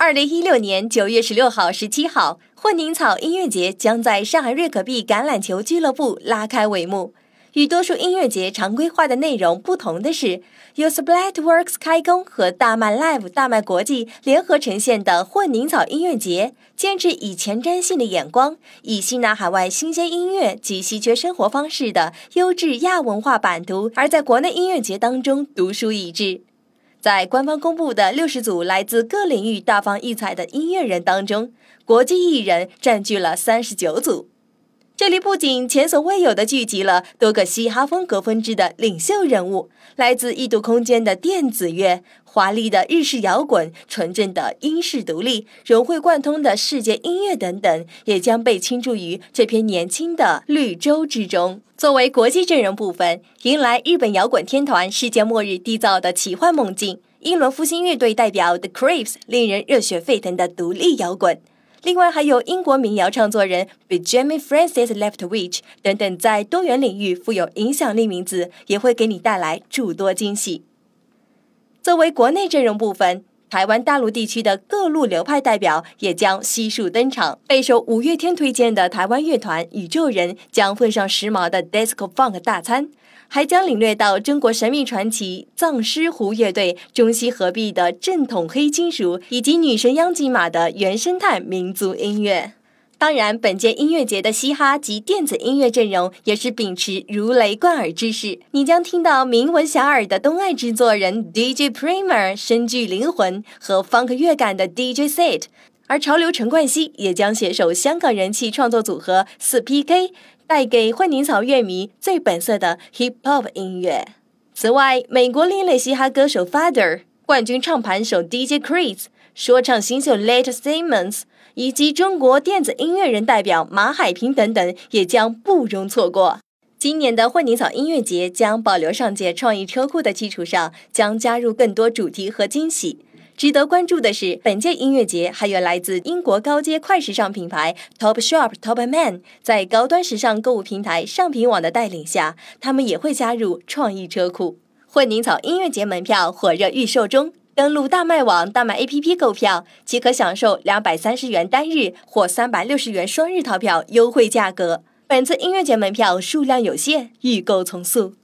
2016年9月16号、17号，混凝草音乐节将在上海瑞可币橄榄球俱乐部拉开帷幕。与多数音乐节常规化的内容不同的是，由 Splatworks 开工和大麦 Live 大麦国际联合呈现的混凝草音乐节，坚持以前瞻性的眼光，以吸纳海外新鲜音乐及稀缺生活方式的优质亚文化版图，而在国内音乐节当中独树一帜。在官方公布的60组来自各领域大放异彩的音乐人当中，国际艺人占据了39组。这里不仅前所未有的聚集了多个嘻哈风格分支的领袖人物，来自异度空间的电子乐、华丽的日式摇滚、纯正的英式独立、融会贯通的世界音乐等等，也将被倾注于这片年轻的绿洲之中。作为国际阵容部分，迎来日本摇滚天团世界末日缔造的奇幻梦境，英伦复兴乐队代表 The Craves 令人热血沸腾的独立摇滚。另外还有英国民谣创作人 Benjamin Francis Leftwich 等等，在多元领域富有影响力名字，也会给你带来诸多惊喜。作为国内阵容部分，台湾大陆地区的各路流派代表也将悉数登场。备受五月天推荐的台湾乐团宇宙人将奉上时髦的 Disco Funk 大餐，还将领略到中国神秘传奇藏狮湖乐队中西合璧的正统黑金属，以及女神央吉玛的原生态民族音乐。当然，本届音乐节的嘻哈及电子音乐阵容也是秉持如雷贯耳之势，你将听到名闻遐迩的东爱制作人 DJ Premier 深具灵魂和 funk 乐感的 DJ Set， 而潮流陈冠希也将携手香港人气创作组合4PK，带给混凝草乐迷最本色的 Hip Hop 音乐。此外，美国另类嘻哈歌手 Father、 冠军唱盘手 DJ Chris、 说唱新秀 Late Simmons 以及中国电子音乐人代表马海平等等，也将不容错过。今年的混凝草音乐节将保留上届创意车库的基础上，将加入更多主题和惊喜。值得关注的是，本届音乐节还有来自英国高阶快时尚品牌 Topshop、Topman 在高端时尚购物平台上品网的带领下，他们也会加入创意车库。混凝草音乐节门票火热预售中，登录大麦网、大麦 APP 购票即可享受230元单日或360元双日套票优惠价格。本次音乐节门票数量有限，预购从速。